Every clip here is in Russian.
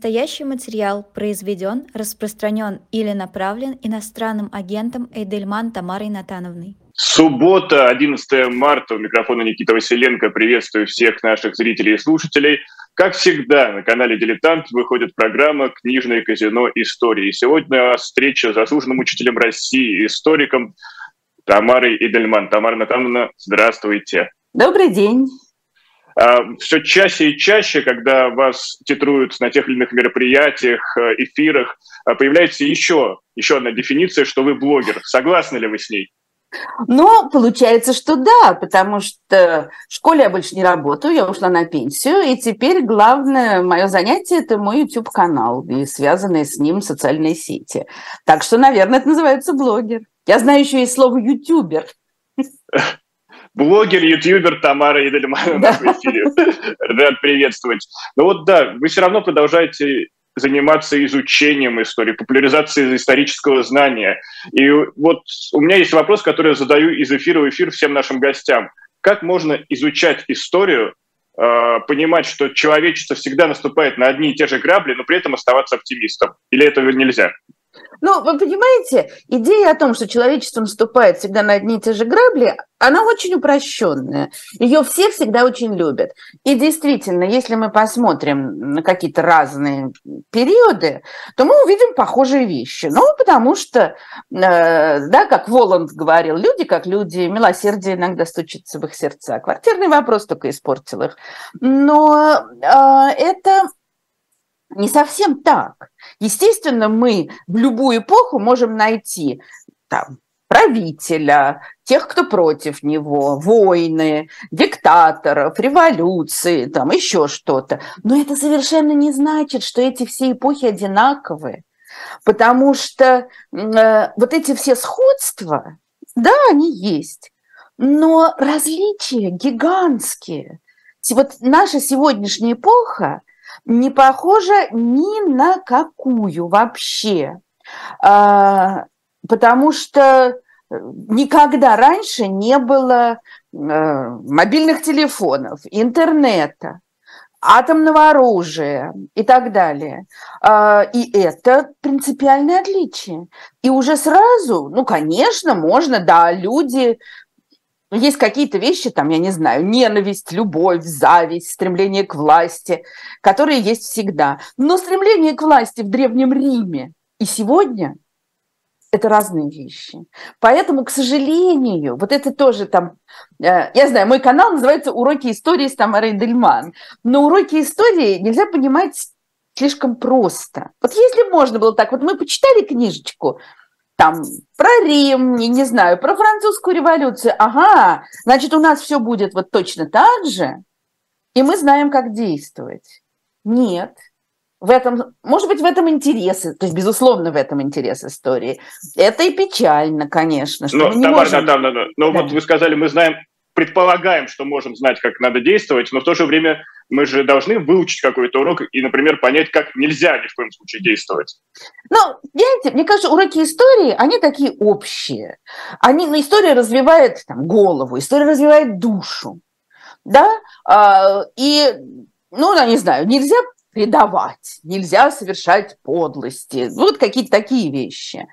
Настоящий материал произведен, распространен или направлен иностранным агентом Эйдельман Тамарой Натановной. Суббота, 11 марта. У микрофона Никита Василенко. Приветствую всех наших зрителей и слушателей. Как всегда, на канале «Дилетант» выходит программа «Книжное казино. Истории». И сегодня у нас встреча с заслуженным учителем России, историком Тамарой Эйдельман. Тамара Натановна, здравствуйте. Добрый день. Все чаще и чаще, когда вас титруют на тех или иных мероприятиях, эфирах, появляется еще одна дефиниция, что вы блогер. Согласны ли вы с ней? Ну, получается, что да, потому что в школе я больше не работаю, я ушла на пенсию, и теперь главное мое занятие – это мой YouTube-канал и связанные с ним социальные сети. Так что, наверное, это называется блогер. Я знаю еще есть слово «ютубер». Блогер, ютубер Тамара Эйдельман у нас в эфире. Рад приветствовать. Ну вот да, вы все равно продолжаете заниматься изучением истории, популяризацией исторического знания. И вот у меня есть вопрос, который я задаю из эфира в эфир всем нашим гостям. Как можно изучать историю, понимать, что человечество всегда наступает на одни и те же грабли, но при этом оставаться оптимистом? Или этого нельзя? Ну, вы понимаете, идея о том, что человечество наступает всегда на одни и те же грабли, она очень упрощенная. Ее все всегда очень любят. И действительно, если мы посмотрим на какие-то разные периоды, то мы увидим похожие вещи. Ну, потому что, да, как Воланд говорил, люди как люди, милосердие иногда стучится в их сердца. Квартирный вопрос только испортил их. Но это не совсем так. Естественно, мы в любую эпоху можем найти там правителя, тех, кто против него, войны, диктаторов, революции, там еще что-то. Но это совершенно не значит, что эти все эпохи одинаковые, потому что вот эти все сходства, да, они есть, но различия гигантские. Вот наша сегодняшняя эпоха не похожа ни на какую вообще, потому что никогда раньше не было мобильных телефонов, интернета, атомного оружия и так далее. И это принципиальное отличие. И уже сразу, ну, конечно, можно, да, люди... Есть какие-то вещи, там, я не знаю, ненависть, любовь, зависть, стремление к власти, которые есть всегда. Но стремление к власти в Древнем Риме и сегодня – это разные вещи. Поэтому, к сожалению, вот это тоже там… Я знаю, мой канал называется «Уроки истории с Тамарой Эйдельман», но уроки истории нельзя понимать слишком просто. Вот если можно было так, вот мы почитали книжечку – там, про Рим, не знаю, про французскую революцию. Ага, значит, у нас все будет вот точно так же, и мы знаем, как действовать. Нет. В этом, может быть, в этом интерес, то есть, безусловно, в этом интерес истории. Это и печально, конечно. Что мы не Тамара можем... Натановна, да. Вот вы сказали, мы знаем, предполагаем, что можем знать, как надо действовать, но в то же время мы же должны выучить какой-то урок и, например, понять, как нельзя ни в коем случае действовать. Ну, знаете, мне кажется, уроки истории, они такие общие. История развивает там, голову, история развивает душу. Да? И, ну, я не знаю, нельзя предавать, нельзя совершать подлости. Вот какие-то такие вещи.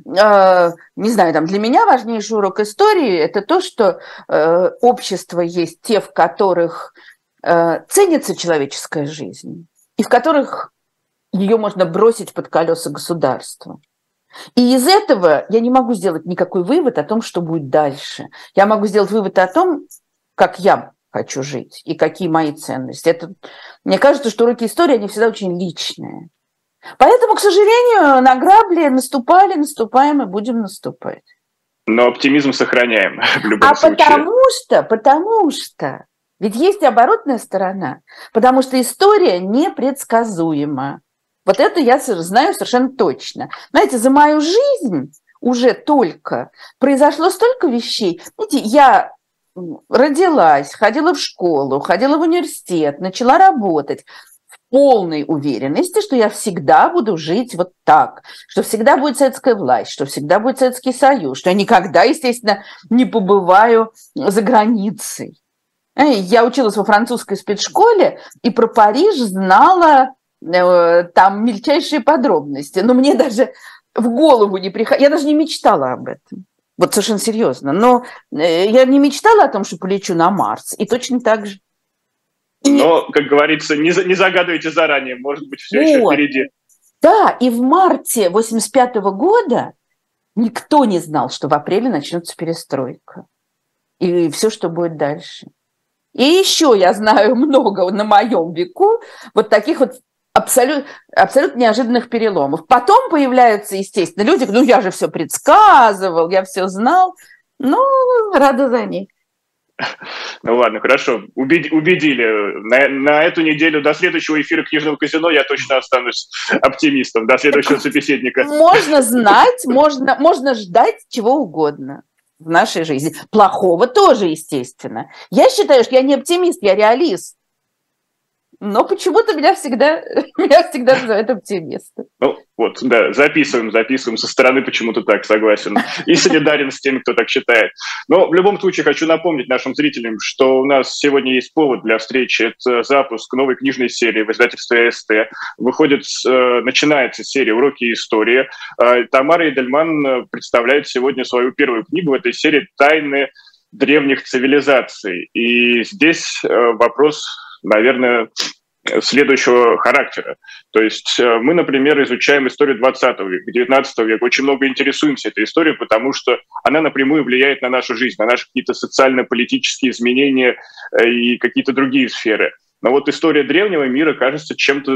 Не знаю, там, для меня важнейший урок истории – это то, что общества есть те, в которых ценится человеческая жизнь, и в которых ее можно бросить под колеса государства. И из этого я не могу сделать никакой вывод о том, что будет дальше. Я могу сделать вывод о том, как я хочу жить и какие мои ценности. Мне кажется, что уроки истории, они всегда очень личные. Поэтому, к сожалению, на грабли наступаем и будем наступать. Но оптимизм сохраняем в любом случае. Потому что ведь есть и оборотная сторона. Потому что история непредсказуема. Вот это я знаю совершенно точно. Знаете, за мою жизнь уже только произошло столько вещей. Знаете, я родилась, ходила в школу, ходила в университет, начала работать в полной уверенности, что я всегда буду жить вот так, что всегда будет советская власть, что всегда будет Советский Союз, что я никогда, естественно, не побываю за границей. Я училась во французской спецшколе и про Париж знала там мельчайшие подробности. Но мне даже в голову не приходило, я даже не мечтала об этом. Вот совершенно серьезно. Но я не мечтала о том, что полечу на Марс. И точно так же. Но, как говорится, не загадывайте заранее, может быть, все еще впереди. Да, и в марте 1985 года никто не знал, что в апреле начнется перестройка. И все, что будет дальше. И еще я знаю много на моем веку вот таких вот абсолютно неожиданных переломов. Потом появляются, естественно, люди, ну, я же все предсказывал, я все знал. Ну, рада за них. Ну ладно, хорошо, убедили. На эту неделю до следующего эфира «Книжного казино» я точно останусь оптимистом, до следующего собеседника. Можно знать, можно ждать чего угодно в нашей жизни. Плохого тоже, естественно. Я считаю, что я не оптимист, я реалист. Но почему-то меня всегда называют оптимистом. Ну, вот, да, записываем, со стороны почему-то так, согласен. И солидарен с теми, кто так считает. Но в любом случае хочу напомнить нашим зрителям, что у нас сегодня есть повод для встречи. Это запуск новой книжной серии в издательстве СТ. Начинается серия «Уроки истории». Тамара Эдельман представляет сегодня свою первую книгу в этой серии «Тайны древних цивилизаций». И здесь вопрос, наверное, следующего характера. То есть мы, например, изучаем историю 20 века, 19 века, очень много интересуемся этой историей, потому что она напрямую влияет на нашу жизнь, на наши какие-то социально-политические изменения и какие-то другие сферы. Но вот история древнего мира кажется чем-то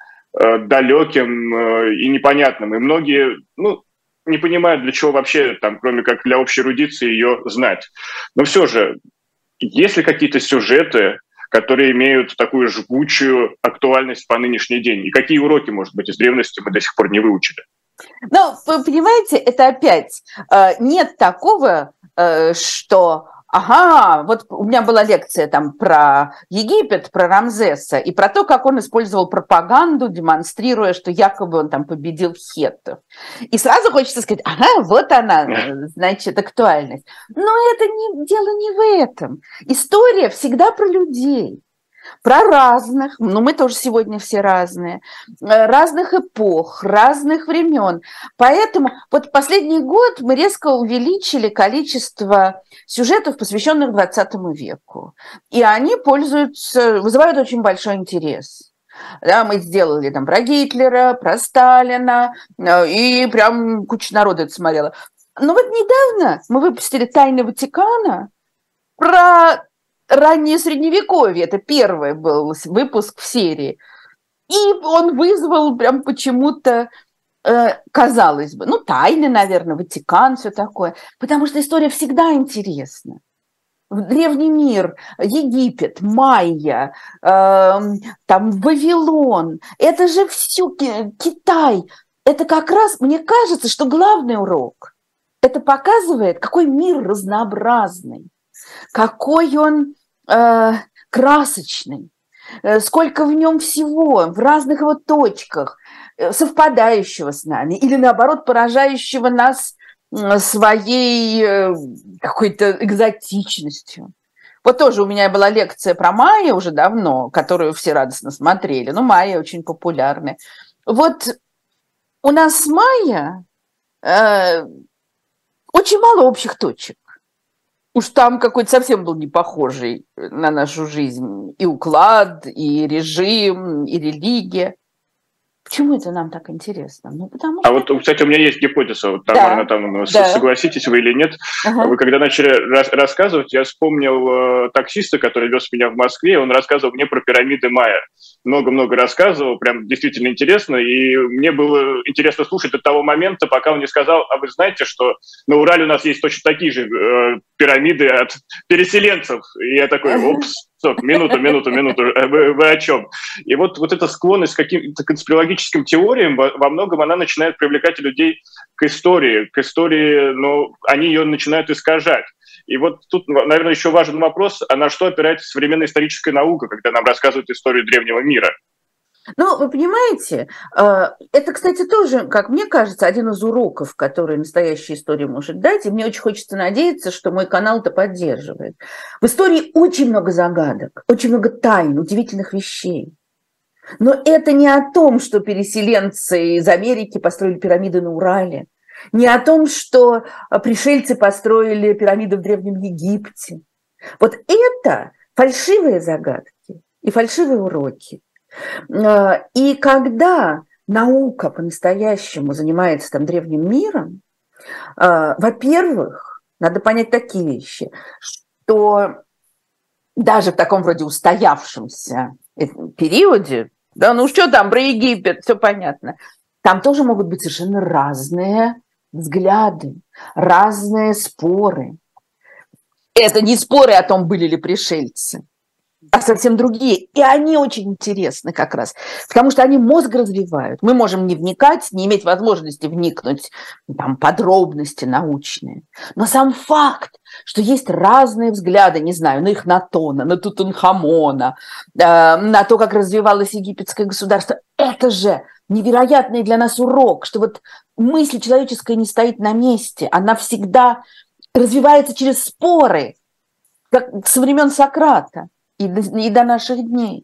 далеким и непонятным. И многие, не понимают, для чего вообще, там, кроме как для общей эрудиции, ее знать. Но все же, есть ли какие-то сюжеты, которые имеют такую жгучую актуальность по нынешний день? И какие уроки, может быть, из древности мы до сих пор не выучили? Ну, вы понимаете, это опять нет такого, что... Ага, вот у меня была лекция там про Египет, про Рамзеса, и про то, как он использовал пропаганду, демонстрируя, что якобы он там победил хеттов. И сразу хочется сказать, ага, вот она, значит, актуальность. Но дело не в этом. История всегда про людей. Про разных, мы тоже сегодня все разные, разных эпох, разных времен. Поэтому вот последний год мы резко увеличили количество сюжетов, посвященных 20 веку. И они вызывают очень большой интерес. Да, мы сделали там про Гитлера, про Сталина, и прям куча народа это смотрела. Но вот недавно мы выпустили «Тайны Ватикана» про раннее Средневековье, это первый был выпуск в серии. И он вызвал прям почему-то, казалось бы, тайны, наверное, Ватикан, все такое. Потому что история всегда интересна. Древний мир, Египет, Майя, там Вавилон, это же все Китай. Это как раз, мне кажется, что главный урок. Это показывает, какой мир разнообразный. Какой он красочный, сколько в нем всего, в разных его точках, совпадающего с нами или, наоборот, поражающего нас своей какой-то экзотичностью. Вот тоже у меня была лекция про майя уже давно, которую все радостно смотрели. Майя очень популярны. Вот у нас с майя очень мало общих точек. Уж там какой-то совсем был не похожий на нашу жизнь и уклад, и режим, и религия. Почему это нам так интересно? Потому что... вот, кстати, у меня есть гипотеза, Тамара Натановна, согласитесь вы или нет. Ага. Вы когда начали рассказывать, я вспомнил таксиста, который вез меня в Москве, он рассказывал мне про пирамиды майя. Много-много рассказывал, прям действительно интересно, и мне было интересно слушать до того момента, пока он не сказал, а вы знаете, что на Урале у нас есть точно такие же пирамиды от переселенцев? И я такой, стоп, минуту, вы о чем? И вот эта склонность к каким-то конспирологическим теориям, во многом она начинает привлекать людей к истории, но они ее начинают искажать. И вот тут, наверное, еще важен вопрос, а на что опирается современная историческая наука, когда нам рассказывают историю древнего мира? Вы понимаете, это, кстати, тоже, как мне кажется, один из уроков, который настоящая история может дать, и мне очень хочется надеяться, что мой канал это поддерживает. В истории очень много загадок, очень много тайн, удивительных вещей. Но это не о том, что переселенцы из Америки построили пирамиды на Урале, не о том, что пришельцы построили пирамиды в Древнем Египте. Вот это фальшивые загадки и фальшивые уроки. И когда наука по-настоящему занимается там древним миром, во-первых, надо понять такие вещи, что даже в таком вроде устоявшемся периоде, да, ну что там про Египет, все понятно, там тоже могут быть совершенно разные взгляды, разные споры. Это не споры о том, были ли пришельцы, а совсем другие. И они очень интересны как раз, потому что они мозг развивают. Мы можем не вникать, не иметь возможности вникнуть в подробности научные. Но сам факт, что есть разные взгляды, не знаю, на Эхнатона, на Тутанхамона, на то, как развивалось египетское государство, это же невероятный для нас урок, что вот мысль человеческая не стоит на месте, она всегда развивается через споры, как со времен Сократа и до наших дней.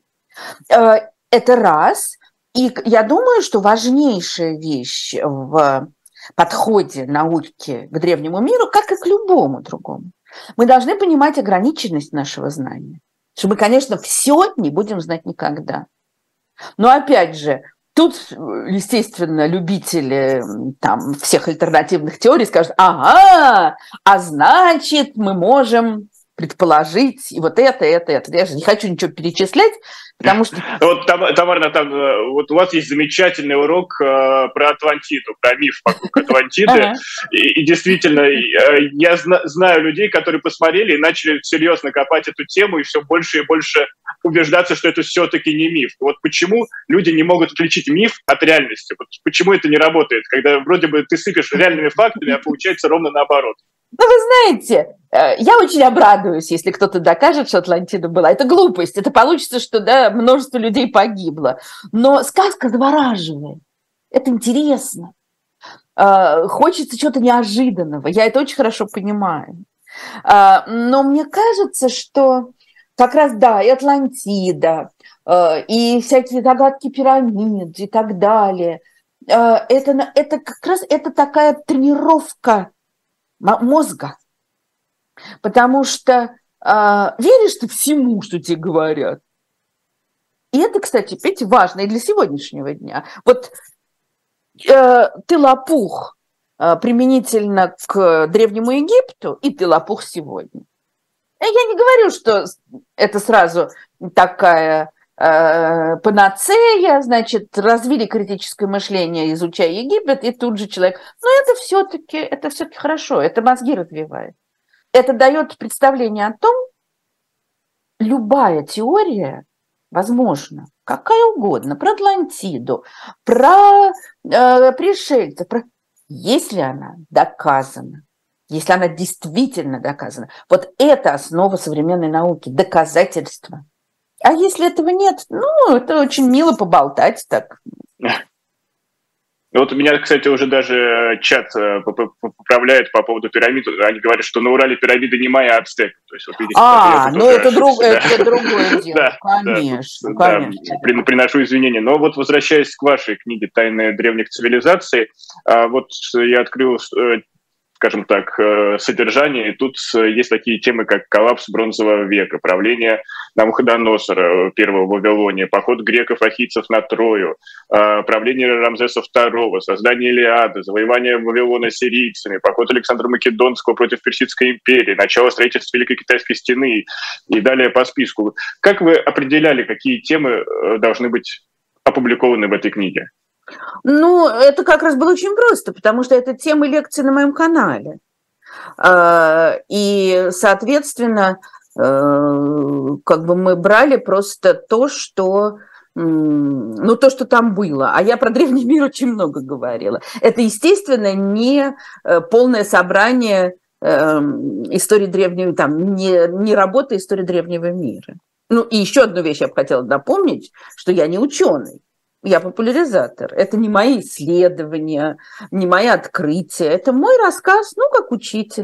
Это раз. И я думаю, что важнейшая вещь в подходе науки к древнему миру, как и к любому другому, мы должны понимать ограниченность нашего знания. Что мы, конечно, все не будем знать никогда. Но опять же, тут, естественно, любители там, всех альтернативных теорий скажут: ага, а значит, мы можем предположить и вот это. Я же не хочу ничего перечислять, потому что... Вот, Тамара, вот у вас есть замечательный урок про Атлантиду, про миф вокруг Атлантиды. И действительно, я знаю людей, которые посмотрели и начали серьезно копать эту тему, и все больше и больше убеждаться, что это все-таки не миф. Вот почему люди не могут отличить миф от реальности? Вот почему это не работает, когда вроде бы ты сыпешь реальными фактами, а получается ровно наоборот? Ну, вы знаете, я очень обрадуюсь, если кто-то докажет, что Атлантида была. Это глупость. Это получится, что да, множество людей погибло. Но сказка завораживает. Это интересно. Хочется чего-то неожиданного. Я это очень хорошо понимаю. Но мне кажется, что как раз, да, и Атлантида, и всякие загадки пирамид и так далее. Это как раз это такая тренировка мозга. Потому что веришь ты всему, что тебе говорят. И это, кстати, Петя, важно и для сегодняшнего дня. Вот ты лопух применительно к Древнему Египту, и ты лопух сегодня. Я не говорю, что это сразу такая панацея, значит, развили критическое мышление, изучая Египет, и тут же человек... Но это все-таки хорошо, это мозги развивает. Это дает представление о том, любая теория возможна, какая угодно, про Атлантиду, про пришельцев, если она доказана, если она действительно доказана. Вот это основа современной науки, доказательства. А если этого нет, ну, это очень мило поболтать так. Вот у меня, кстати, уже даже чат поправляет по поводу пирамид. Они говорят, что на Урале пирамиды не майя, а ацтеков. То есть, вот, видите, ну это другое дело. Конечно, конечно. Приношу извинения. Но вот возвращаясь к вашей книге «Тайны древних цивилизаций», вот я открыл, скажем так, содержание. И тут есть такие темы, как коллапс бронзового века, правление Навуходоносора I в Вавилоне, поход греков-ахийцев на Трою, правление Рамзеса II, создание Илиады, завоевание Вавилона сирийцами, поход Александра Македонского против Персидской империи, начало строительства Великой Китайской стены и далее по списку. Как вы определяли, какие темы должны быть опубликованы в этой книге? Ну, это как раз было очень просто, потому что это темы лекций на моем канале. И, соответственно, как бы мы брали просто то, что там было. А я про древний мир очень много говорила. Это, естественно, не полное собрание истории древнего, там, не работа истории древнего мира. Ну, и еще одну вещь я бы хотела напомнить, что я не ученый. Я популяризатор. Это не мои исследования, не мои открытия. Это мой рассказ, как учителя.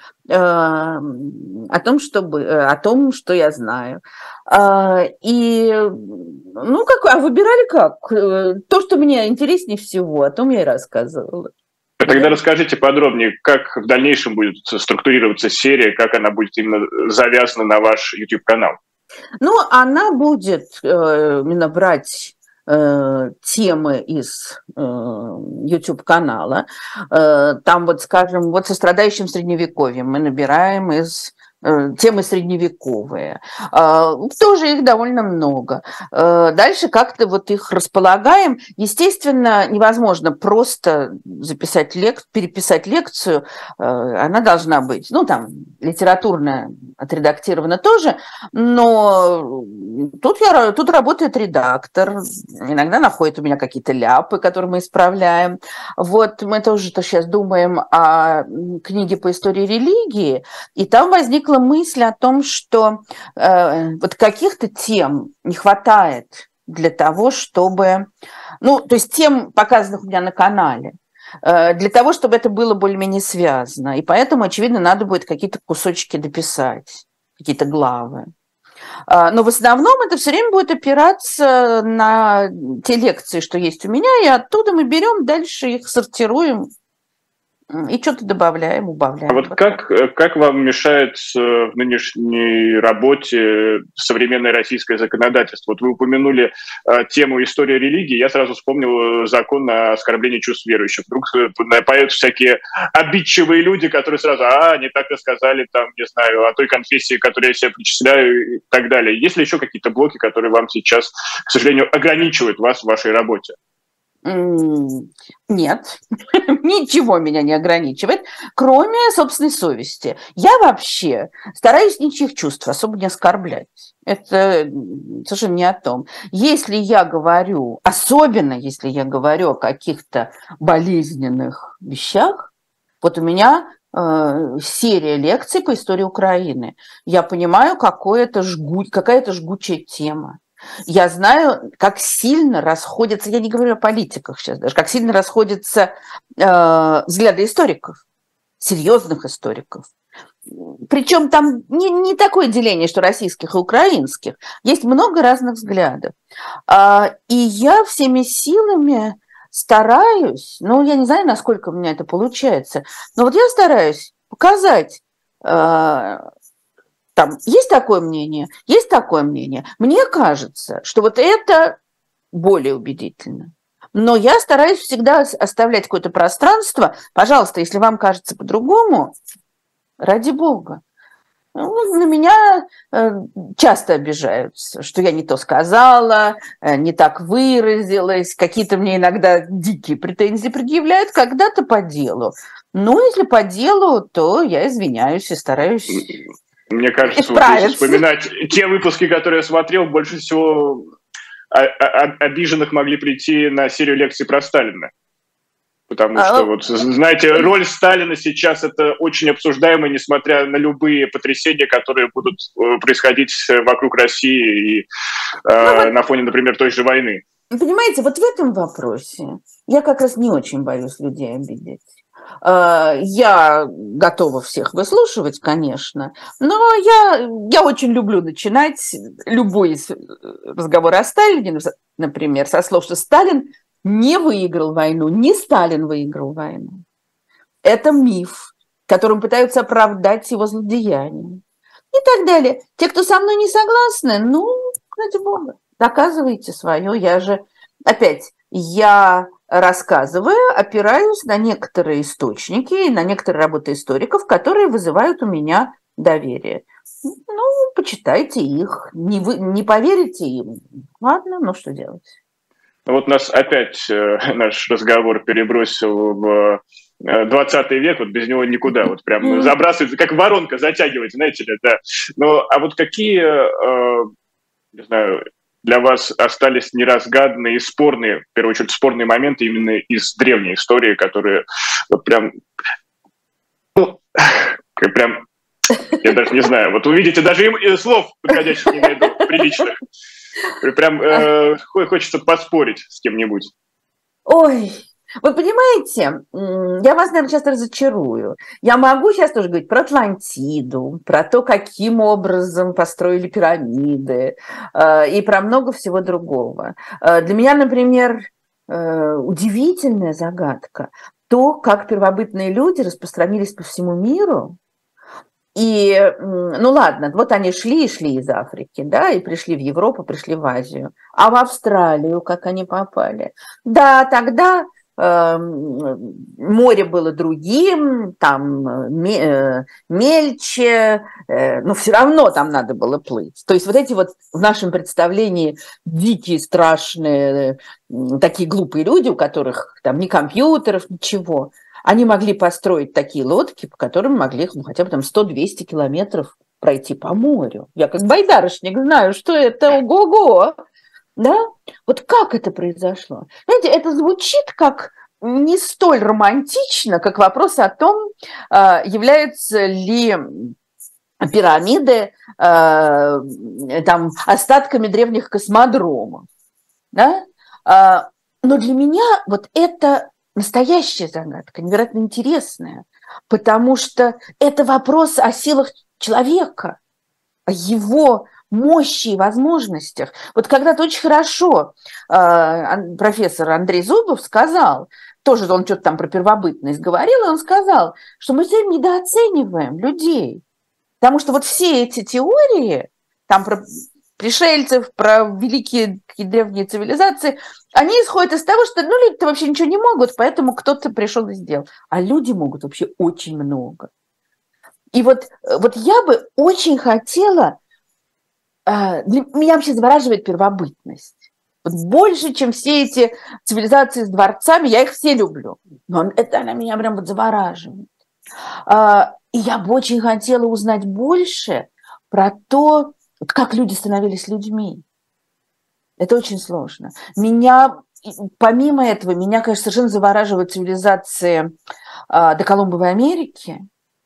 о том, что я знаю. И, выбирали как? То, что мне интереснее всего, о том я и рассказывала. Тогда расскажите подробнее, как в дальнейшем будет структурироваться серия, как она будет именно завязана на ваш YouTube-канал. Она будет именно брать темы из YouTube-канала. Там, скажем, со страдающим средневековьем мы набираем из темы средневековые. Тоже их довольно много. Дальше как-то их располагаем. Естественно, невозможно просто переписать лекцию. Она должна быть, литературно отредактирована тоже, но тут работает редактор. Иногда находит у меня какие-то ляпы, которые мы исправляем. Мы тоже сейчас думаем о книге по истории религии, и там возникла мысль о том, что каких-то тем не хватает для того, чтобы... то есть тем, показанных у меня на канале, для того, чтобы это было более-менее связано. И поэтому, очевидно, надо будет какие-то кусочки дописать, какие-то главы. Но в основном это все время будет опираться на те лекции, что есть у меня, и оттуда мы берем, дальше их сортируем и что-то добавляем, убавляем. А как вам мешает в нынешней работе современное российское законодательство? Вы упомянули тему истории религии, я сразу вспомнил закон о оскорблении чувств верующих. Вдруг появятся всякие обидчивые люди, которые сразу, не так рассказали, не знаю, о той конфессии, которую я себя причисляю и так далее. Есть ли еще какие-то блоки, которые вам сейчас, к сожалению, ограничивают вас в вашей работе? Нет, ничего меня не ограничивает, кроме собственной совести. Я вообще стараюсь ничьих чувств особо не оскорблять. Это совершенно не о том. Если я говорю, особенно если я говорю о каких-то болезненных вещах, у меня серия лекций по истории Украины. Я понимаю, какая-то жгучая тема. Я знаю, как сильно расходятся, я не говорю о политиках сейчас даже, как сильно расходятся взгляды историков, серьезных историков. Причем там не такое деление, что российских и украинских. Есть много разных взглядов. И я всеми силами стараюсь, я не знаю, насколько у меня это получается, но я стараюсь показать... есть такое мнение, есть такое мнение. Мне кажется, что это более убедительно. Но я стараюсь всегда оставлять какое-то пространство. Пожалуйста, если вам кажется по-другому, ради бога. На меня часто обижаются, что я не то сказала, не так выразилась. Какие-то мне иногда дикие претензии предъявляют, когда-то по делу. Если по делу, то я извиняюсь и стараюсь... Мне кажется, если вспоминать те выпуски, которые я смотрел, больше всего обиженных могли прийти на серию лекций про Сталина. Потому что, знаете, роль Сталина сейчас это очень обсуждаемо, несмотря на любые потрясения, которые будут происходить вокруг России и на фоне, например, той же войны. Понимаете, в этом вопросе я как раз не очень боюсь людей обидеть. Я готова всех выслушивать, конечно, но я очень люблю начинать любой разговор о Сталине, например, со слов, что Сталин не выиграл войну, не Сталин выиграл войну. Это миф, которым пытаются оправдать его злодеяния. И так далее. Те, кто со мной не согласны, ради бога, доказывайте свое. Я рассказываю, опираюсь на некоторые источники, на некоторые работы историков, которые вызывают у меня доверие. Почитайте их, не поверите им. Ладно, что делать? Нас опять наш разговор перебросил в 20 век, без него никуда, прям забрасывается, как воронка затягивать, знаете ли, да. Какие, не знаю, для вас остались неразгаданные и спорные, в первую очередь, спорные моменты именно из древней истории, которые я даже не знаю, увидите, даже им слов подходящих не найду, приличных. Прям хочется поспорить с кем-нибудь. Ой, Вы понимаете, я вас, наверное, сейчас разочарую. Я могу сейчас тоже говорить про Атлантиду, про то, каким образом построили пирамиды, и про много всего другого. Для меня, например, удивительная загадка то, как первобытные люди распространились по всему миру. И, ну ладно, вот они шли из Африки, да, и пришли в Европу, пришли в Азию. А в Австралию как они попали? Да, тогда море было другим, там мельче, но все равно там надо было плыть. То есть вот эти вот в нашем представлении дикие, страшные, такие глупые люди, у которых там ни компьютеров, ничего, они могли построить такие лодки, по которым могли хотя бы там 100-200 километров пройти по морю. Я как байдарочник знаю, что это ого-го. Да? Вот как это произошло? Знаете, это звучит как не столь романтично, как вопрос о том, являются ли пирамиды там, остатками древних космодромов. Да? Но для меня вот это настоящая загадка, невероятно интересная, потому что это вопрос о силах человека, о его мощи и возможностях. Вот когда-то очень хорошо профессор Андрей Зубов сказал, тоже он что-то там про первобытность говорил, и он сказал, что мы все недооцениваем людей, потому что вот все эти теории, там про пришельцев, про великие древние цивилизации, они исходят из того, что люди-то вообще ничего не могут, поэтому кто-то пришел и сделал. А люди могут вообще очень много. И вот я бы очень хотела... Меня вообще завораживает первобытность. Вот больше, чем все эти цивилизации с дворцами, я их все люблю. Но она меня прям вот завораживает. И я бы очень хотела узнать больше про то, как люди становились людьми. Это очень сложно. Помимо этого, меня, конечно, совершенно завораживают цивилизации доколумбовой Америки.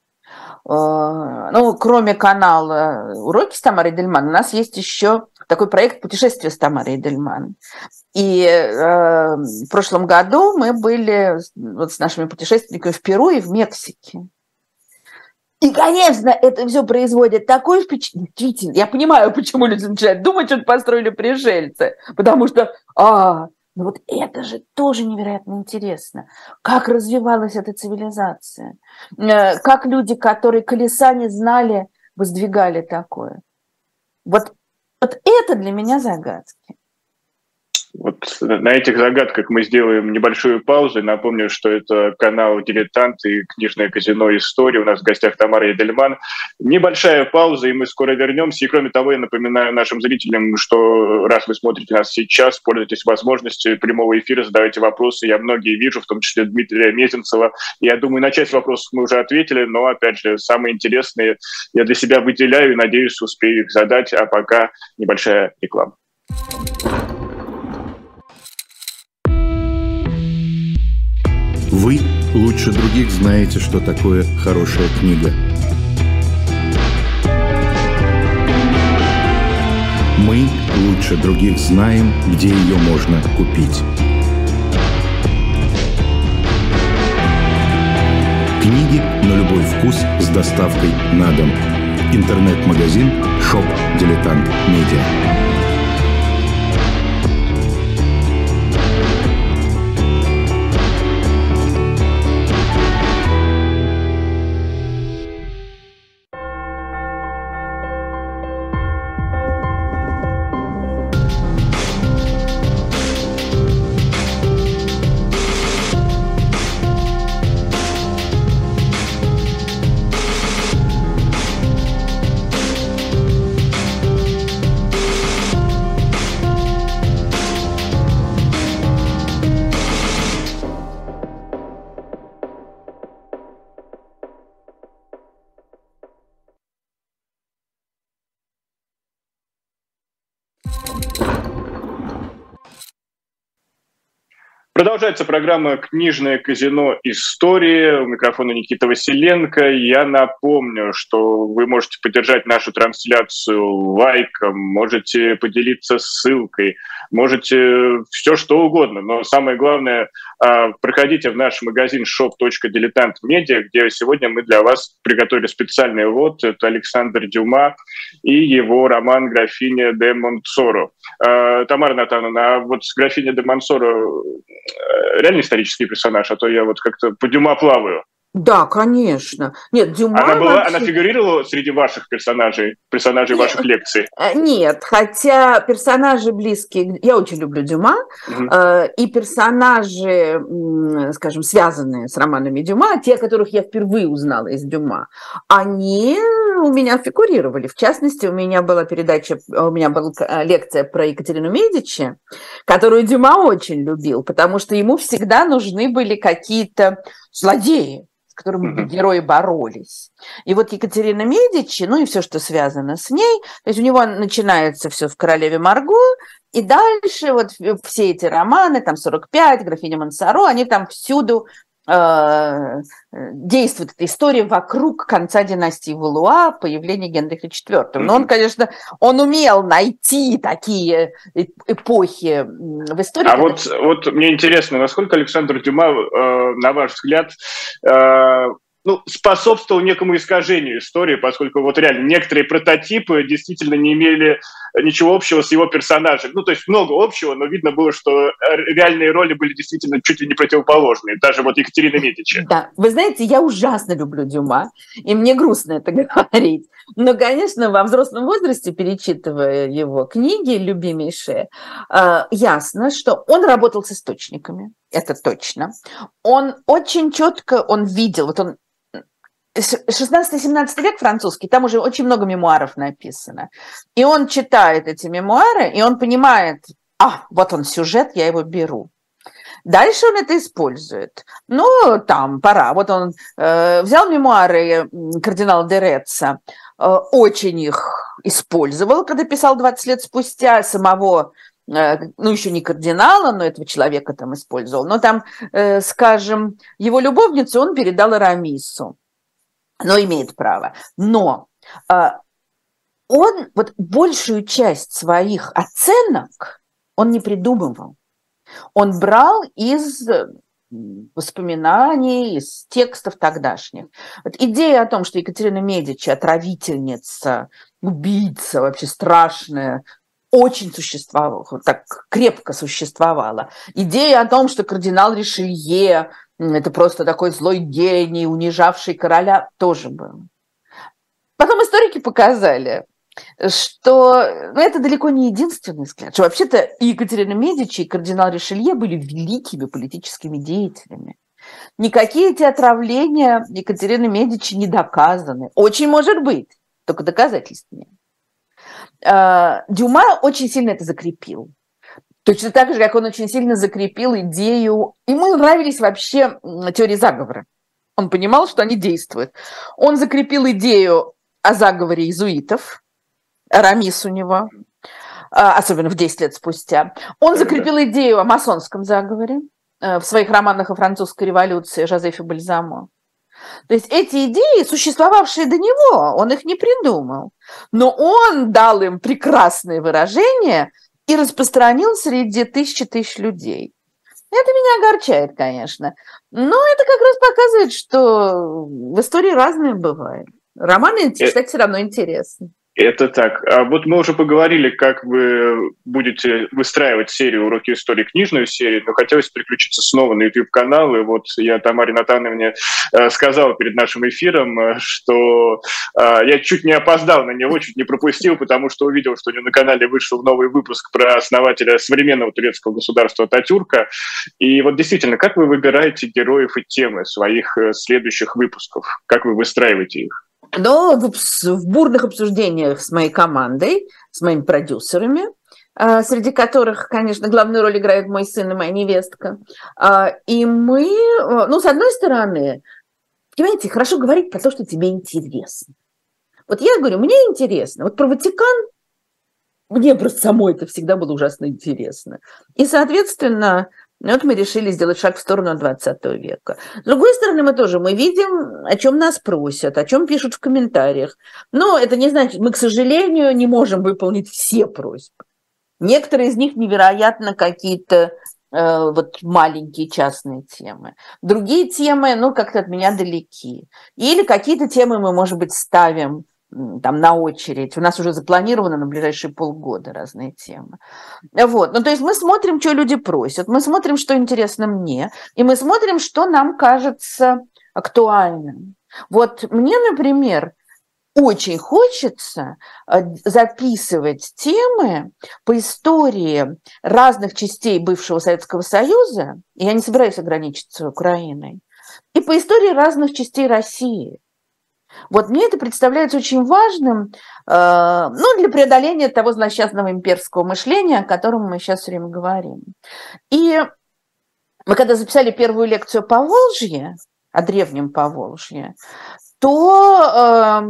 Ну, кроме канала «Уроки с Тамарой Эдельман», у нас есть еще такой проект «Путешествие с Тамарой Эдельман». И в прошлом году мы были вот с нашими путешественниками в Перу и в Мексике. И, конечно, это все производит такое впечатление. Я понимаю, почему люди начинают думать, что построили пришельцы. Потому что, ну вот это же тоже невероятно интересно. Как развивалась эта цивилизация. Как люди, которые колеса не знали, воздвигали такое. Вот это для меня загадки. Вот на этих загадках мы сделаем небольшую паузу. Напомню, что это канал «Дилетант» и книжное казино «История». У нас в гостях Тамара Эдельман. Небольшая пауза, и мы скоро вернемся. И кроме того, я напоминаю нашим зрителям, что раз вы смотрите нас сейчас, пользуйтесь возможностью прямого эфира, задавайте вопросы. Я многие вижу, в том числе Дмитрия Мезенцева. Я думаю, на часть вопросов мы уже ответили, но, опять же, самые интересные я для себя выделяю и, надеюсь, успею их задать. А пока небольшая реклама. Вы лучше других знаете, что такое хорошая книга. Мы лучше других знаем, где ее можно купить. Книги на любой вкус с доставкой на дом. Интернет-магазин «Шоп Дилетант Медиа». Продолжается программа «Книжное казино. Истории». У микрофона Никита Василенко. Я напомню, что вы можете поддержать нашу трансляцию лайком, можете поделиться ссылкой, можете все что угодно. Но самое главное, проходите в наш магазин shop.diletantmedia, где сегодня мы для вас приготовили специальный лот. Это Александр Дюма и его роман «Графиня де Монсоро». Тамара Натановна, а вот графиня де Монсоро реальный исторический персонаж, а то я вот как-то по Дюма плаваю. Да, конечно. Нет, Дюма она фигурировала среди ваших персонажей ваших лекций? Нет, хотя персонажи близкие... Я очень люблю Дюма, и персонажи, скажем, связанные с романами Дюма, те, которых я впервые узнала из Дюма, они у меня фигурировали. В частности, у меня была лекция про Екатерину Медичи, которую Дюма очень любил, потому что ему всегда нужны были какие-то злодеи, с которыми герои боролись. И вот Екатерина Медичи, ну и все, что связано с ней, то есть у него начинается все в «Королеве Марго», и дальше вот все эти романы, там «45», «Графиня Монсоро», они там всюду действует эта история вокруг конца династии Валуа, появления Генриха IV. Но он, конечно, он умел найти такие эпохи в истории. А вот мне интересно, насколько Александр Дюма, на ваш взгляд, способствовал некому искажению истории, поскольку вот реально некоторые прототипы действительно не имели ничего общего с его персонажем. Ну, то есть много общего, но видно было, что реальные роли были действительно чуть ли не противоположные. Даже вот Екатерина Медичи. Да, вы знаете, я ужасно люблю Дюма, и мне грустно это говорить. Но, конечно, во взрослом возрасте, перечитывая его книги любимейшие, ясно, что он работал с источниками, это точно. Он очень четко, он видел, вот он 16-17 век французский, там уже очень много мемуаров написано. И он читает эти мемуары, и он понимает, вот он сюжет, я его беру. Dальше он это использует. Ну, там, пора. Вот он взял мемуары кардинала де Ретца, очень их использовал, когда писал 20 лет спустя, самого, еще не кардинала, но этого человека там использовал. Но там, скажем, его любовницу он передал Арамису. Но имеет право. Но он вот большую часть своих оценок он не придумывал. Он брал из воспоминаний, из текстов тогдашних. Вот идея о том, что Екатерина Медичи отравительница, убийца, вообще страшная, очень существовала, так крепко существовала. Идея о том, что кардинал Ришелье это просто такой злой гений, унижавший короля, тоже был. Потом историки показали, что это далеко не единственный взгляд, что вообще-то и Екатерина Медичи, и кардинал Ришелье были великими политическими деятелями. Никакие эти отравления Екатерины Медичи не доказаны. Очень может быть, только доказательств нет. Дюма очень сильно это закрепил. Точно так же, как он очень сильно закрепил идею... Ему нравились вообще теории заговора. Он понимал, что они действуют. Он закрепил идею о заговоре иезуитов, Арамис у него, особенно в 10 лет спустя. Он закрепил идею о масонском заговоре в своих романах о французской революции Жозефе Бальзамо. То есть эти идеи, существовавшие до него, он их не придумал. Но он дал им прекрасные выражения и распространил среди тысяч людей. Это меня огорчает, конечно. Но это как раз показывает, что в истории разное бывает. Романы читать все равно интересно. Это так. А вот мы уже поговорили, как вы будете выстраивать серию «Уроки истории», книжную серию, но хотелось переключиться снова на YouTube-канал. И вот я Тамаре Натановне сказал перед нашим эфиром, что я чуть не опоздал на него, чуть не пропустил, потому что увидел, что у него на канале вышел новый выпуск про основателя современного турецкого государства Ататюрка. И вот действительно, как вы выбираете героев и темы своих следующих выпусков? Как вы выстраиваете их? Но в бурных обсуждениях с моей командой, с моими продюсерами, среди которых, конечно, главную роль играет мой сын и моя невестка. И мы, с одной стороны, понимаете, хорошо говорить про то, что тебе интересно. Вот я говорю, мне интересно. Вот про Ватикан мне просто самой это всегда было ужасно интересно. И, соответственно, И вот мы решили сделать шаг в сторону 20 века. С другой стороны, мы видим, о чем нас просят, о чем пишут в комментариях. Но это не значит, мы, к сожалению, не можем выполнить все просьбы. Некоторые из них невероятно какие-то вот маленькие частные темы. Другие темы, как-то от меня далеки. Или какие-то темы мы, может быть, ставим там на очередь. У нас уже запланировано на ближайшие полгода разные темы. Вот. То есть мы смотрим, что люди просят, мы смотрим, что интересно мне, и мы смотрим, что нам кажется актуальным. Вот мне, например, очень хочется записывать темы по истории разных частей бывшего Советского Союза, и я не собираюсь ограничиться Украиной, и по истории разных частей России. Вот мне это представляется очень важным, для преодоления того злосчастного имперского мышления, о котором мы сейчас все время говорим. И мы когда записали первую лекцию по Волжье, о древнем Поволжье, то,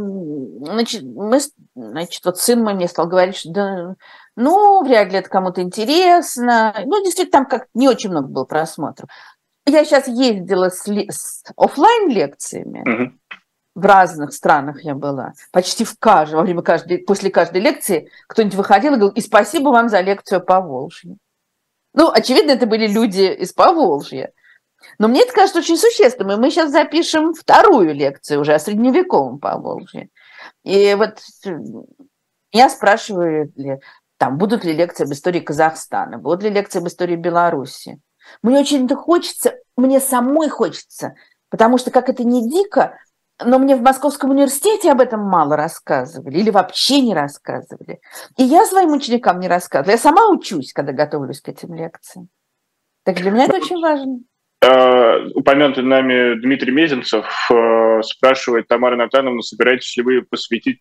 вот сын мой мне стал говорить, что вряд ли это кому-то интересно. Действительно, там как не очень много было просмотров. Я сейчас ездила с офлайн-лекциями. В разных странах я была. Почти после каждой лекции кто-нибудь выходил и говорил: и спасибо вам за лекцию по Волжье. Очевидно, это были люди из Поволжья. Но мне это кажется очень существенным. И мы сейчас запишем вторую лекцию уже о средневековом Поволжье. И вот меня спрашивают, будут ли лекции об истории Казахстана, будут ли лекции об истории Беларуси. Мне очень это хочется, мне самой хочется, потому что, как это не дико, но мне в Московском университете об этом мало рассказывали или вообще не рассказывали. И я своим ученикам не рассказывала. Я сама учусь, когда готовлюсь к этим лекциям. Так для меня это очень важно. Упомянутый нами Дмитрий Мезенцев спрашивает: Тамара Натановна, собираетесь ли вы посвятить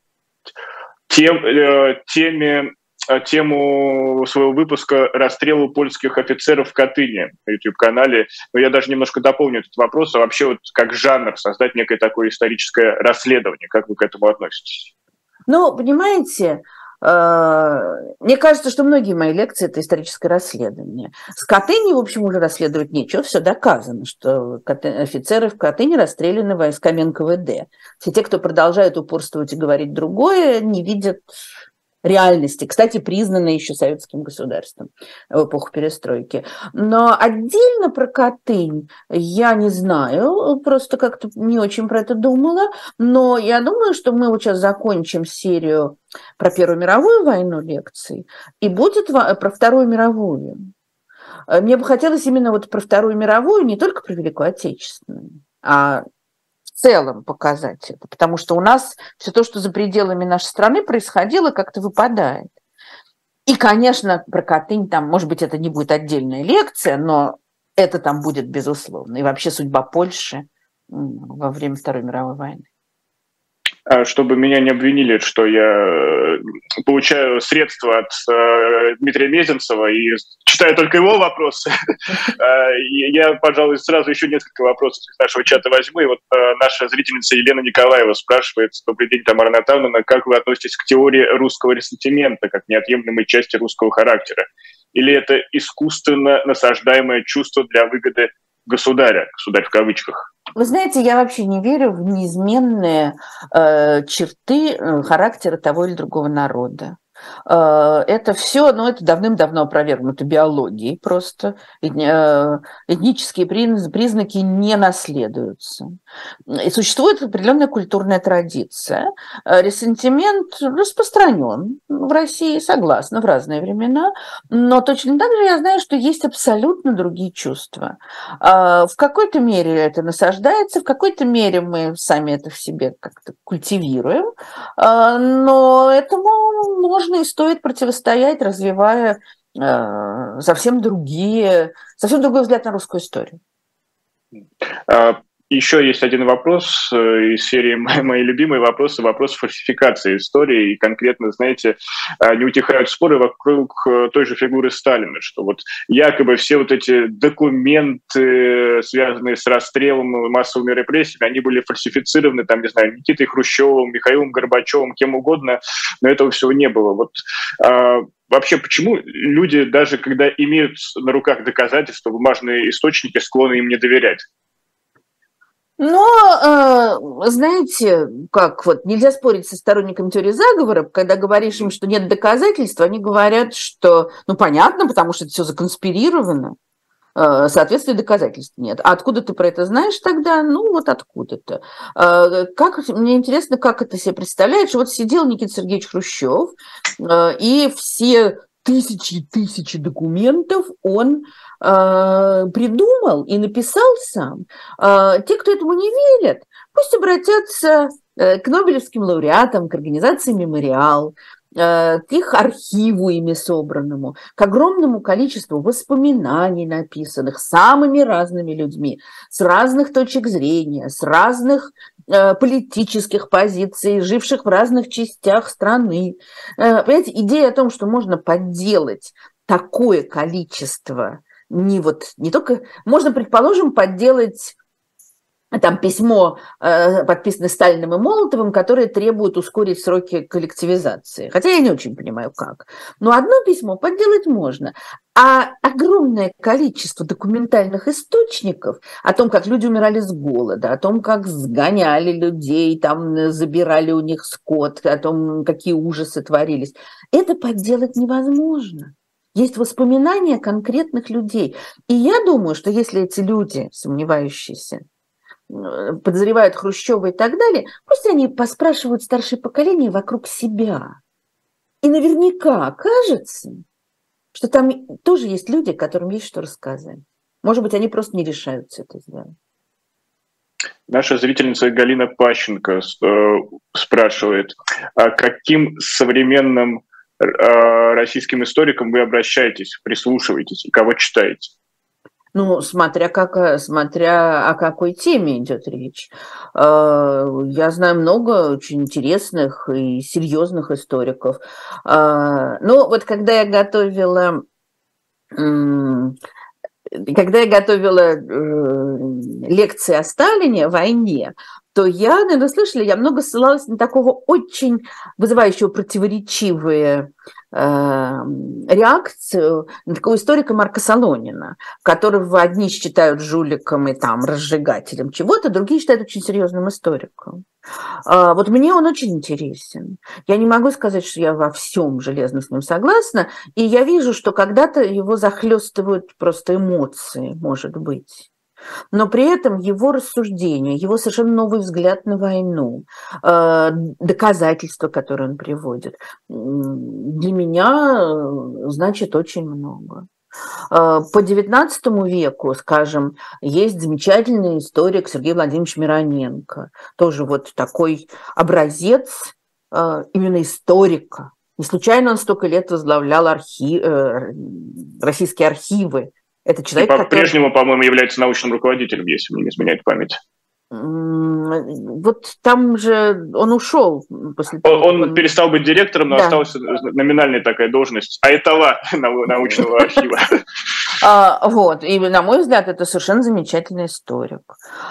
тему своего выпуска расстрелу польских офицеров в Катыни на YouTube-канале? Но я даже немножко дополню этот вопрос. А вообще вот как жанр создать некое такое историческое расследование? Как вы к этому относитесь? Понимаете, мне кажется, что многие мои лекции – это историческое расследование. С Катыни, в общем, уже расследовать нечего, все доказано, что офицеры в Катыни расстреляны войсками НКВД. Все те, кто продолжают упорствовать и говорить другое, не видят реальности, кстати, признанной еще советским государством в эпоху перестройки. Но отдельно про Катынь я не знаю, просто как-то не очень про это думала, но я думаю, что мы вот сейчас закончим серию про Первую мировую войну лекций, и будет про Вторую мировую. Мне бы хотелось именно вот про Вторую мировую, не только про Великую Отечественную, а в целом показать это, потому что у нас все то, что за пределами нашей страны происходило, как-то выпадает. И, конечно, про Катынь там, может быть, это не будет отдельная лекция, но это там будет безусловно. И вообще судьба Польши во время Второй мировой войны. Чтобы меня не обвинили, что я получаю средства от Дмитрия Мезенцева и читаю только его вопросы, я, пожалуй, сразу еще несколько вопросов из нашего чата возьму. И вот наша зрительница Елена Николаева спрашивает: добрый день, Тамара Натановна, как вы относитесь к теории русского ресентимента как неотъемлемой части русского характера? Или это искусственно насаждаемое чувство для выгоды государя, государь в кавычках? Вы знаете, я вообще не верю в неизменные черты характера того или другого народа. Это все, это давным-давно опровергнуто биологией просто. Этнические признаки не наследуются. И существует определенная культурная традиция. Ресентимент распространен в России, согласна, в разные времена, но точно так же я знаю, что есть абсолютно другие чувства. В какой-то мере это насаждается, в какой-то мере мы сами это в себе как-то культивируем, но этому можно и стоит противостоять, развивая совсем другой взгляд на русскую историю. еще есть один вопрос из серии «Мои любимые вопросы», вопрос фальсификации истории. И конкретно, знаете, не утихают споры вокруг той же фигуры Сталина, что вот якобы все вот эти документы, связанные с расстрелом и массовыми репрессиями, они были фальсифицированы, там, не знаю, Никитой Хрущевым, Михаилом Горбачевым, кем угодно, но этого всего не было. Вот вообще, почему люди, даже когда имеют на руках доказательства, бумажные источники, склонны им не доверять? Но, знаете, как вот нельзя спорить со сторонниками теории заговора, когда говоришь им, что нет доказательств, они говорят, что, ну, понятно, потому что это все законспирировано, соответственно, доказательств нет. А откуда ты про это знаешь тогда? Ну, вот откуда-то. Мне интересно, как это себе представляет, что вот сидел Никита Сергеевич Хрущев, и все тысячи и тысячи документов он придумал и написал сам. Те, кто этому не верят, пусть обратятся к нобелевским лауреатам, к организации «Мемориал», к их архиву ими собранному, к огромному количеству воспоминаний, написанных самыми разными людьми, с разных точек зрения, с разных политических позиций, живших в разных частях страны. Понимаете, идея о том, что можно подделать такое количество, не только, можно, предположим, подделать там письмо, подписанное Сталиным и Молотовым, которое требует ускорить сроки коллективизации. Хотя я не очень понимаю, как. Но одно письмо подделать можно. А огромное количество документальных источников о том, как люди умирали с голода, о том, как сгоняли людей, там забирали у них скот, о том, какие ужасы творились, это подделать невозможно. Есть воспоминания конкретных людей. И я думаю, что если эти люди, сомневающиеся, подозревают Хрущева и так далее, пусть они поспрашивают старшее поколение вокруг себя. И наверняка окажется, что там тоже есть люди, которым есть что рассказать. Может быть, они просто не решаются это сделать. Наша зрительница Галина Пащенко спрашивает, каким современным российским историкам вы обращаетесь, прислушиваетесь и кого читаете? Ну, смотря о какой теме идет речь. Я знаю много очень интересных и серьезных историков. Ну, вот когда я готовила лекции о Сталине, войне, то я, наверное, слышали, я много ссылалась на такого очень вызывающего противоречивые реакцию на такого историка Марка Солонина, которого одни считают жуликом и там разжигателем чего-то, другие считают очень серьезным историком. Вот мне он очень интересен. Я не могу сказать, что я во всем железно с ним согласна, и я вижу, что когда-то его захлестывают просто эмоции, может быть. Но при этом его рассуждения, его совершенно новый взгляд на войну, доказательства, которые он приводит, для меня значит очень много. По XIX веку, скажем, есть замечательный историк Сергей Владимирович Мироненко, тоже вот такой образец именно историка. Не случайно он столько лет возглавлял российские архивы. Это человек, и по-прежнему, по-моему, является научным руководителем, если мне не изменяет память. Вот там же он ушел после того, он перестал быть директором, но осталась номинальная такая должность айтала научного архива. Вот, и, на мой взгляд, это совершенно замечательный историк.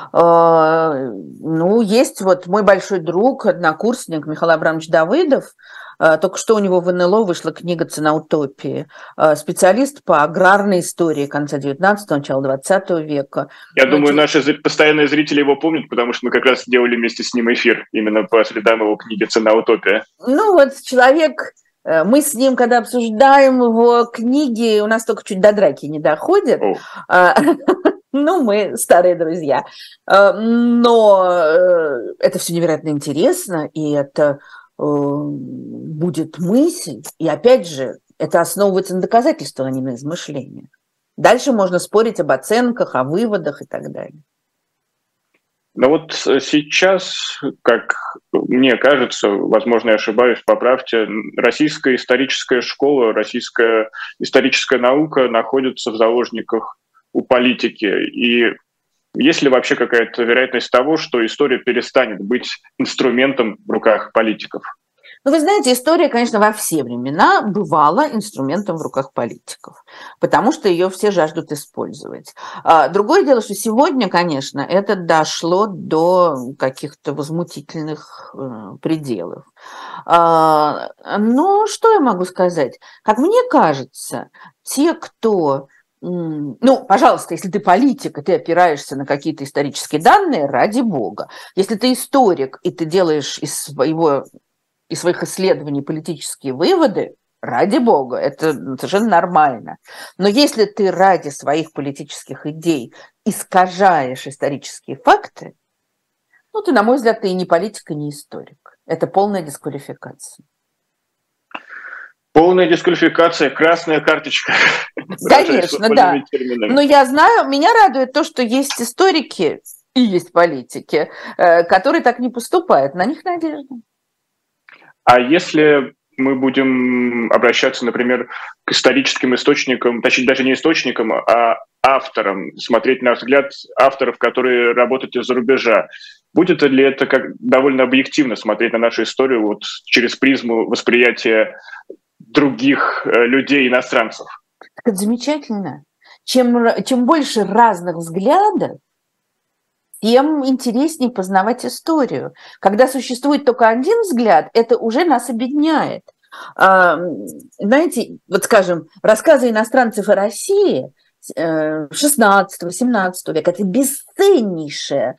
Ну, есть вот мой большой друг, однокурсник Михаил Абрамович Давыдов. Только что у него в НЛО вышла книга «Ценоутопии». Специалист по аграрной истории конца 19-го, начала 20 века. Я думаю, наши постоянные зрители его помнят, потому что мы как раз делали вместе с ним эфир именно по следам его книги «Ценоутопия». Ну вот человек... Мы с ним, когда обсуждаем его книги, у нас только чуть до драки не доходит. Ну, мы старые друзья. Но это все невероятно интересно, и это... будет мысль, и опять же, это основывается на доказательствах, а не на измышлениях. Дальше можно спорить об оценках, о выводах и так далее. Но вот сейчас, как мне кажется, возможно, я ошибаюсь, поправьте, российская историческая школа, российская историческая наука находится в заложниках у политики. И Есть ли вообще какая-то вероятность того, что история перестанет быть инструментом в руках политиков? Ну, вы знаете, история, конечно, во все времена бывала инструментом в руках политиков, потому что ее все жаждут использовать. Другое дело, что сегодня, конечно, это дошло до каких-то возмутительных пределов. Но что я могу сказать? Как мне кажется, те, кто... Ну, пожалуйста, если ты политик, и ты опираешься на какие-то исторические данные, ради бога. Если ты историк, и ты делаешь из своих исследований политические выводы, ради бога, это совершенно нормально. Но если ты ради своих политических идей искажаешь исторические факты, ну, ты, на мой взгляд, ты и не политик, и не историк. Это полная дисквалификация. Полная дисквалификация, красная карточка. Конечно, да. Но я знаю, меня радует то, что есть историки и есть политики, которые так не поступают. На них надежда. А если мы будем обращаться, например, к историческим источникам, точнее, даже не источникам, а авторам, смотреть на взгляд авторов, которые работают из-за рубежа, будет ли это как довольно объективно смотреть на нашу историю вот через призму восприятия других людей, иностранцев? Это замечательно. Чем больше разных взглядов, тем интереснее познавать историю. Когда существует только один взгляд, это уже нас объединяет. Знаете, вот скажем, рассказы иностранцев о России 16-18 века – это бесценнейшие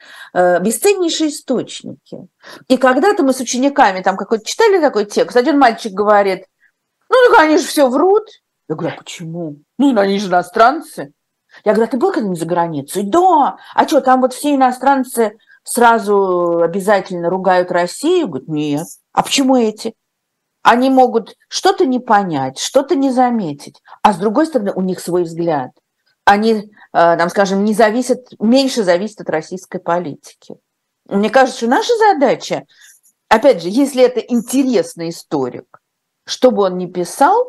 источники. И когда-то мы с учениками там какой-то читали такой текст, один мальчик говорит: ну, они же все врут. Я говорю: а почему? Ну, они же иностранцы. Я говорю: а ты был когда-нибудь за границей? Да. А что, там вот все иностранцы сразу обязательно ругают Россию? Говорят: нет. А почему эти? Они могут что-то не понять, что-то не заметить. А с другой стороны, у них свой взгляд. Они, там, скажем, меньше зависят от российской политики. Мне кажется, что наша задача, опять же, если это интересный историк, что бы он ни писал,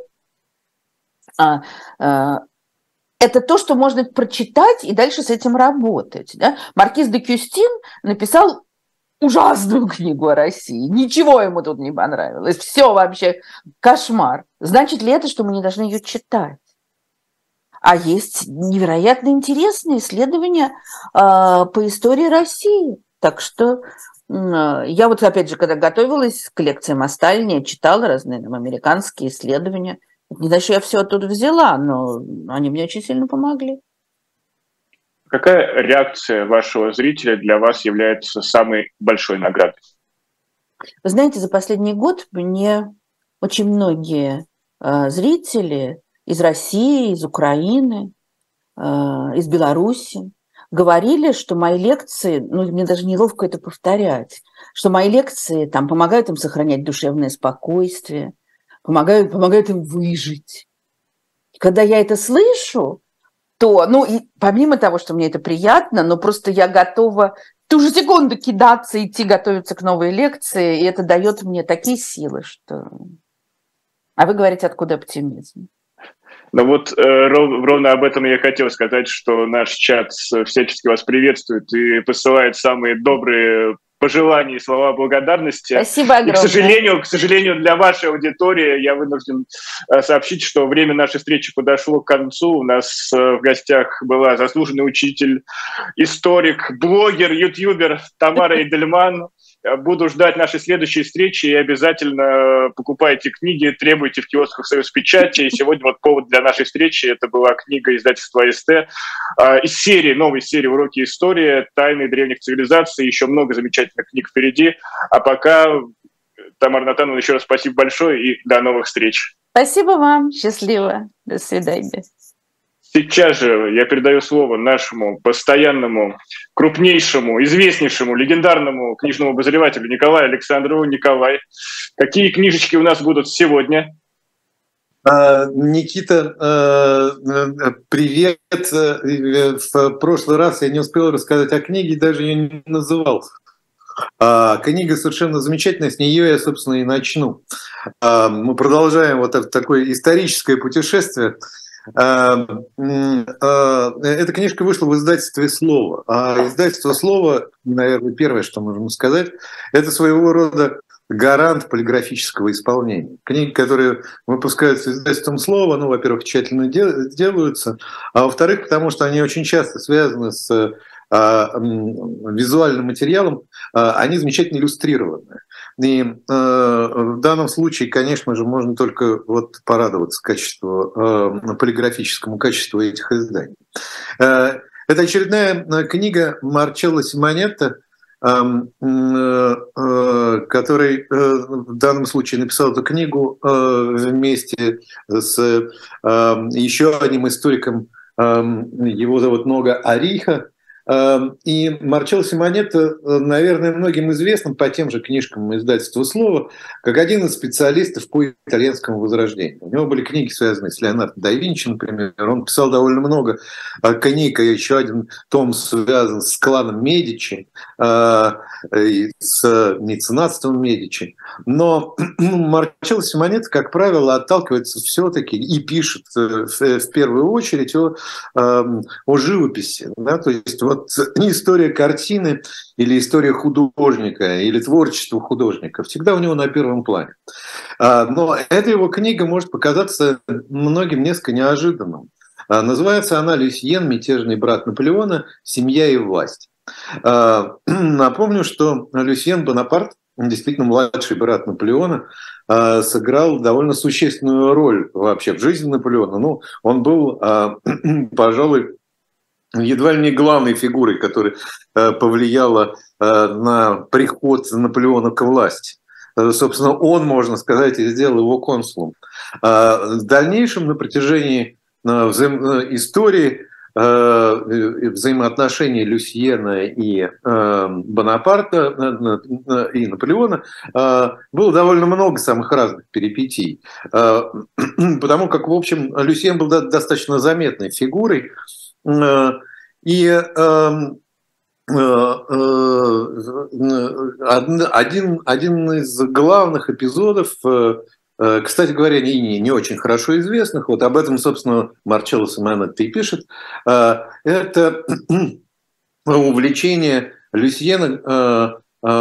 это то, что можно прочитать и дальше с этим работать. Да? Маркиз де Кюстин написал ужасную книгу о России. Ничего ему тут не понравилось. Все вообще кошмар. Значит ли это, что мы не должны ее читать? А есть невероятно интересные исследования по истории России. Так что я вот, опять же, когда готовилась к лекциям о Сталине, я читала разные американские исследования. Не знаю, что я все оттуда взяла, но они мне очень сильно помогли. Какая реакция вашего зрителя для вас является самой большой наградой? Вы знаете, за последний год мне очень многие зрители из России, из Украины, из Беларуси говорили, что мои лекции, ну, мне даже неловко это повторять, что мои лекции там помогают им сохранять душевное спокойствие, помогают им выжить. И когда я это слышу, то, ну, и помимо того, что мне это приятно, но просто я готова в ту же секунду кидаться, идти готовиться к новой лекции, и это дает мне такие силы, что... А вы говорите, откуда оптимизм? Ну вот ровно об этом я хотел сказать, что наш чат всячески вас приветствует и посылает самые добрые пожелания и слова благодарности. Спасибо огромное. И, к сожалению, для вашей аудитории я вынужден сообщить, что время нашей встречи подошло к концу. У нас в гостях была заслуженный учитель, историк, блогер, ютубер Тамара Эйдельман. Буду ждать нашей следующей встречи и обязательно покупайте книги, требуйте в киосках Союзпечати. И сегодня вот повод для нашей встречи – это была книга издательства СТ из новой серии «Уроки истории. Тайны древних цивилизаций». Еще много замечательных книг впереди. А пока, Тамара Натановна, еще раз спасибо большое и до новых встреч. Спасибо вам. Счастливо. До свидания. Сейчас же я передаю слово нашему постоянному, крупнейшему, известнейшему, легендарному книжному обозревателю Николаю Александрову. Николай, какие книжечки у нас будут сегодня? Никита, привет. В прошлый раз я не успел рассказать о книге, даже ее не называл. Книга совершенно замечательная, с нее я, собственно, и начну. Мы продолжаем вот такое историческое путешествие Эта книжка вышла в издательстве «Слово». А издательство «Слово», наверное, первое, что можно сказать, это своего рода гарант полиграфического исполнения. Книги, которые выпускаются издательством «Слово», ну, во-первых, тщательно делаются, а во-вторых, потому что они очень часто связаны с визуальным материалом, они замечательно иллюстрированы. И в данном случае, конечно же, можно только вот порадоваться полиграфическому качеству этих изданий. Это очередная книга Марчелло Симонетто, который в данном случае написал эту книгу вместе с еще одним историком, его зовут Нога Ариха. И Марчелло Симонетто, наверное, многим известным по тем же книжкам издательства «Слово», как один из специалистов по итальянскому возрождению. У него были книги, связанные с Леонардо да Винчи, например. Он писал довольно много книг, и еще один том связан с кланом Медичи, и с меценатством Медичи. Но Марчелло Симонетто, как правило, отталкивается все-таки и пишет в первую очередь о живописи. Да? То есть вот история картины или история художника или творчество художника всегда у него на первом плане. Но эта его книга может показаться многим несколько неожиданным. Называется она «Люсьен, мятежный брат Наполеона. Семья и власть». Напомню, что Люсьен Бонапарт, действительно младший брат Наполеона, сыграл довольно существенную роль вообще в жизни Наполеона. Ну, он был, пожалуй, едва ли не главной фигурой, которая повлияла на приход Наполеона к власти. Собственно, он, можно сказать, и сделал его консулом. В дальнейшем, на протяжении истории, взаимоотношений Люсьена и Бонапарта, и Наполеона, было довольно много самых разных перипетий. Потому как, в общем, Люсьен был достаточно заметной фигурой. И один из главных эпизодов, кстати говоря, не очень хорошо известных, вот об этом, собственно, Марчелло Симонетто и пишет, это увлечение Люсьена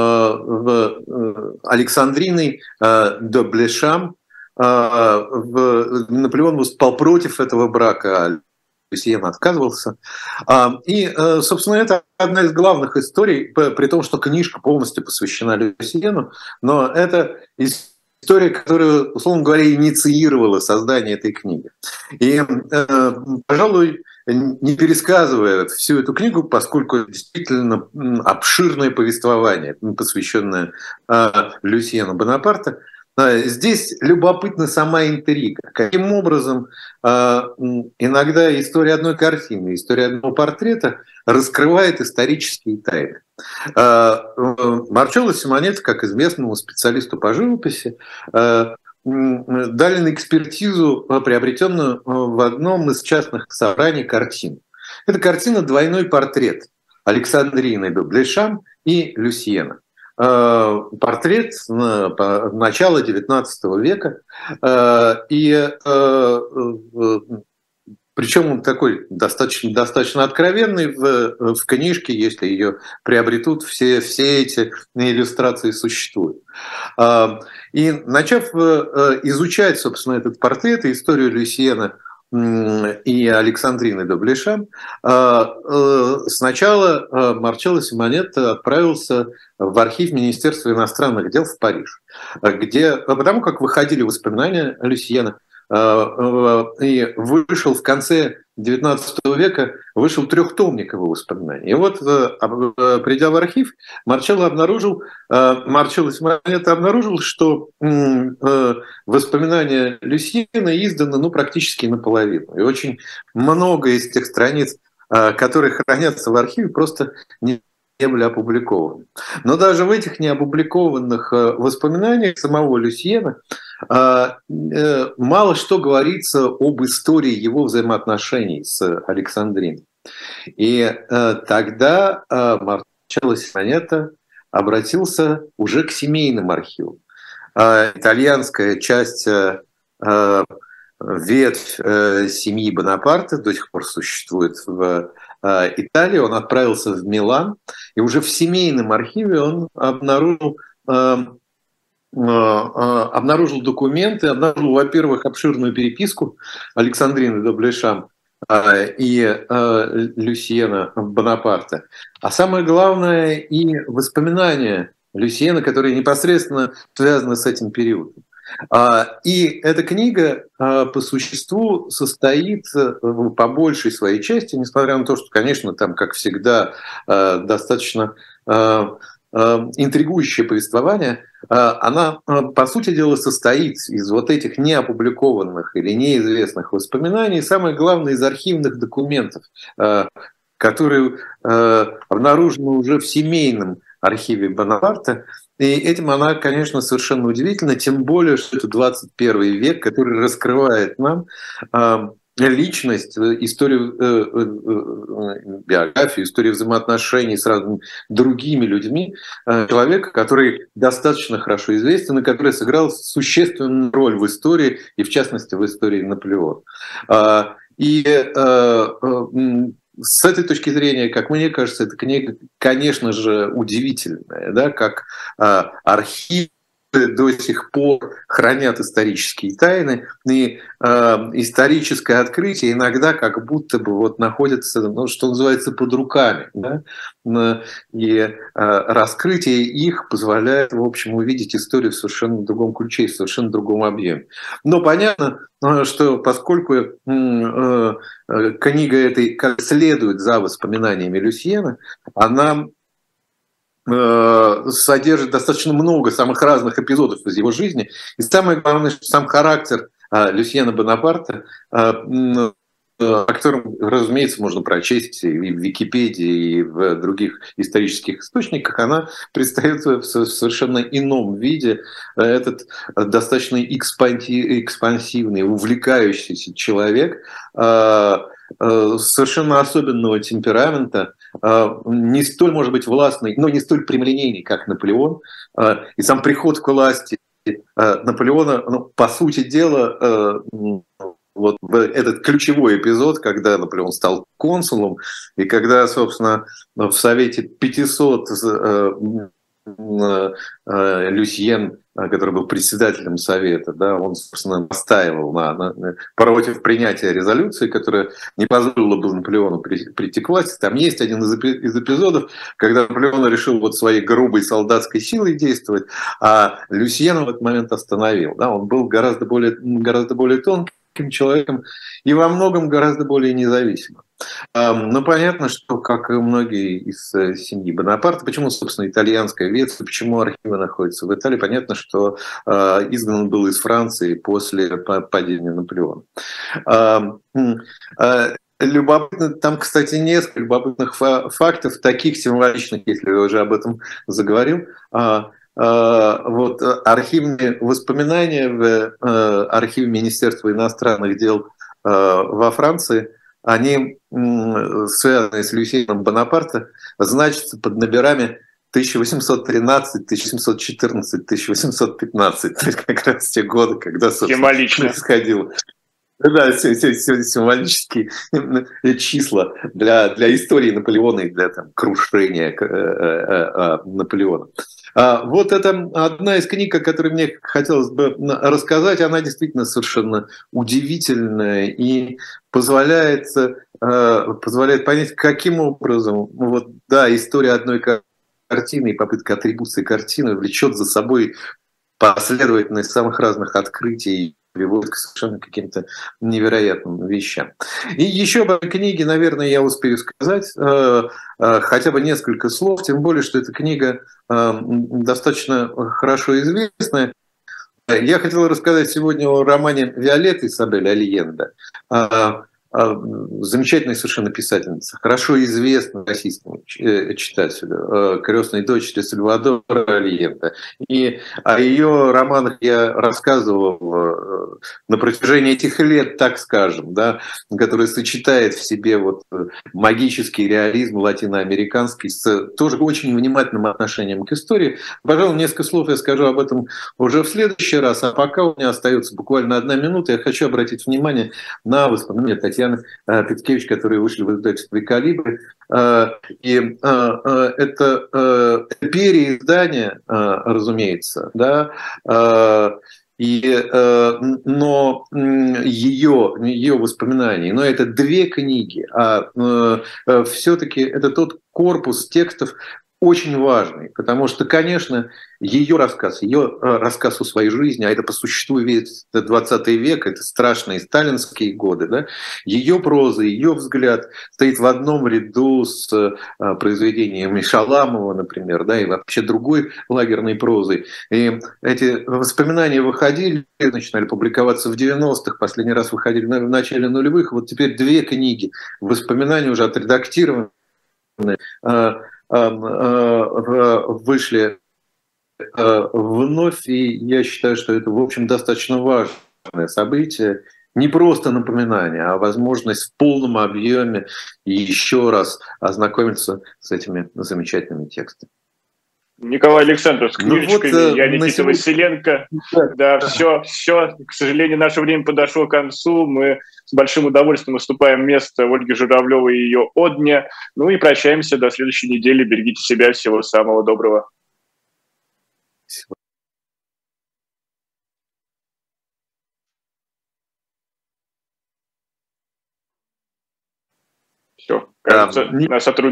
Александриной де Блешам. Наполеон выступал против этого брака, Люсьен отказывался. И, собственно, это одна из главных историй, при том, что книжка полностью посвящена Люсьену, но это история, которая, условно говоря, инициировала создание этой книги. И, пожалуй, не пересказывая всю эту книгу, поскольку это действительно обширное повествование, посвященное Люсьену Бонапарта, здесь любопытна сама интрига. Каким образом иногда история одной картины, история одного портрета раскрывает исторические тайны. Марчелло Симонетто, как известному специалисту по живописи, дали на экспертизу, приобретенную в одном из частных собраний, картину. Это картина «Двойной портрет» Александрины де Блешам и Люсьена. Портрет начала XIX века, и причем он такой достаточно откровенный в книжке, если ее приобретут, все эти иллюстрации существуют. И начав изучать, собственно, этот портрет и историю Люсьена и Александрины де Блешам, сначала Марчелло Симонетто отправился в архив Министерства иностранных дел в Париж, потому как выходили воспоминания Люсьена, и вышел в конце XIX века, вышел трехтомник его воспоминаний. И вот, придя в архив, Марчелло Симонетто обнаружил, что воспоминания Люсьена изданы практически наполовину. И очень много из тех страниц, которые хранятся в архиве, просто не были опубликованы. Но даже в этих неопубликованных воспоминаниях самого Люсьена мало что говорится об истории его взаимоотношений с Александриной. И тогда Марчелло Симонетто обратился уже к семейным архивам. Итальянская часть ветвь семьи Бонапарта, до сих пор существует в Италии. Он отправился в Милан, и уже в семейном архиве он обнаружил документы, обнаружил, во-первых, обширную переписку Александрины де Блешам и Люсьена Бонапарта, а самое главное и воспоминания Люсьена, которые непосредственно связаны с этим периодом. И эта книга по существу состоит по большей своей части, несмотря на то, что, конечно, там, как всегда, достаточно интригующее повествование, она, по сути дела, состоит из вот этих неопубликованных или неизвестных воспоминаний, самое главное, из архивных документов, которые обнаружены уже в семейном архиве Бонапарта. И этим она, конечно, совершенно удивительна, тем более, что это 21 век, который раскрывает нам личность, историю, биографию, историю взаимоотношений с разными другими людьми, человека, который достаточно хорошо известен и который сыграл существенную роль в истории, и в частности в истории Наполеона. И с этой точки зрения, как мне кажется, эта книга, конечно же, удивительная, да, как архив до сих пор хранят исторические тайны, и историческое открытие иногда как будто бы вот находится, ну, что называется, под руками. Да? И раскрытие их позволяет, в общем, увидеть историю в совершенно другом ключе, в совершенно другом объеме. Но понятно, что поскольку книга этой как следует за воспоминаниями Люсьена, она содержит достаточно много самых разных эпизодов из его жизни. И самое главное, что сам характер Люсьена Бонапарта, о котором, разумеется, можно прочесть и в Википедии, и в других исторических источниках, она предстает в совершенно ином виде. Этот достаточно экспансивный, увлекающийся человек, совершенно особенного темперамента, не столь, может быть, властный, но не столь прямолинейный, как Наполеон. И сам приход к власти Наполеона, ну, по сути дела, вот этот ключевой эпизод, когда Наполеон стал консулом, и когда, собственно, в Совете 500 Люсьен, который был председателем Совета, да, он, собственно, настаивал против принятия резолюции, которая не позволила бы Наполеону прийти к власти. Там есть один из эпизодов, когда Наполеон решил вот своей грубой солдатской силой действовать, а Люсьен в этот момент остановил. Да, он был гораздо более тонким человеком и во многом гораздо более независимым. Но понятно, что, как и многие из семьи Бонапарта, почему, собственно, итальянская ветвь, почему архивы находятся в Италии, понятно, что изгнан был из Франции после падения Наполеона. Любопытно, там, кстати, несколько любопытных фактов, таких символичных, если я уже об этом заговорил. Вот архивные воспоминания в архиве Министерства иностранных дел во Франции, они, связанные с Люсьеном Бонапарта, значатся под номерами 1813, 1714, 1815. То есть как раз те годы, когда, собственно, происходило. Да, символические числа для истории Наполеона и для крушения Наполеона. Вот это одна из книг, о которой мне хотелось бы рассказать. Она действительно совершенно удивительная и позволяет понять, каким образом вот, да, история одной картины и попытка атрибуции картины влечет за собой последовательность самых разных открытий, приводит к совершенно каким-то невероятным вещам. И еще об книге, наверное, я успею сказать хотя бы несколько слов, тем более, что эта книга достаточно хорошо известная. Я хотел рассказать сегодня о романе Виолетты Изабель Альенде, замечательная совершенно писательница, хорошо известная российскому читателю, крестной дочери Сальвадора Альенде. И о ее романах я рассказывал на протяжении этих лет, так скажем, да, который сочетает в себе вот магический реализм латиноамериканский с тоже очень внимательным отношением к истории. Пожалуй, несколько слов я скажу об этом уже в следующий раз, а пока у меня остается буквально 1 минута, я хочу обратить внимание на воспоминания Татьяны Петкевич, которые вышли в издательстве «Калибри». И это переиздание, разумеется, да, но ее воспоминаний, но это 2 книги, а все-таки это тот корпус текстов очень важный, потому что, конечно, ее рассказ о своей жизни, а это по существу весь 20 век, это страшные сталинские годы, да, ее проза, ее взгляд стоит в одном ряду с произведениями Шаламова, например, да, и вообще другой лагерной прозой. И эти воспоминания начинали публиковаться в 90-х, последний раз выходили в начале нулевых, вот теперь 2 книги, воспоминания уже отредактированы, вышли вновь, и я считаю, что это, в общем, достаточно важное событие, не просто напоминание, а возможность в полном объеме еще раз ознакомиться с этими замечательными текстами. Николай Александров с книжечками, вот, я Никита Василенко. Да, все, к сожалению, наше время подошло к концу. Мы с большим удовольствием уступаем место Ольге Журавлевой и ее «Одне». Ну и прощаемся до следующей недели. Берегите себя, всего самого доброго. Все, кажется, на сотрудничество.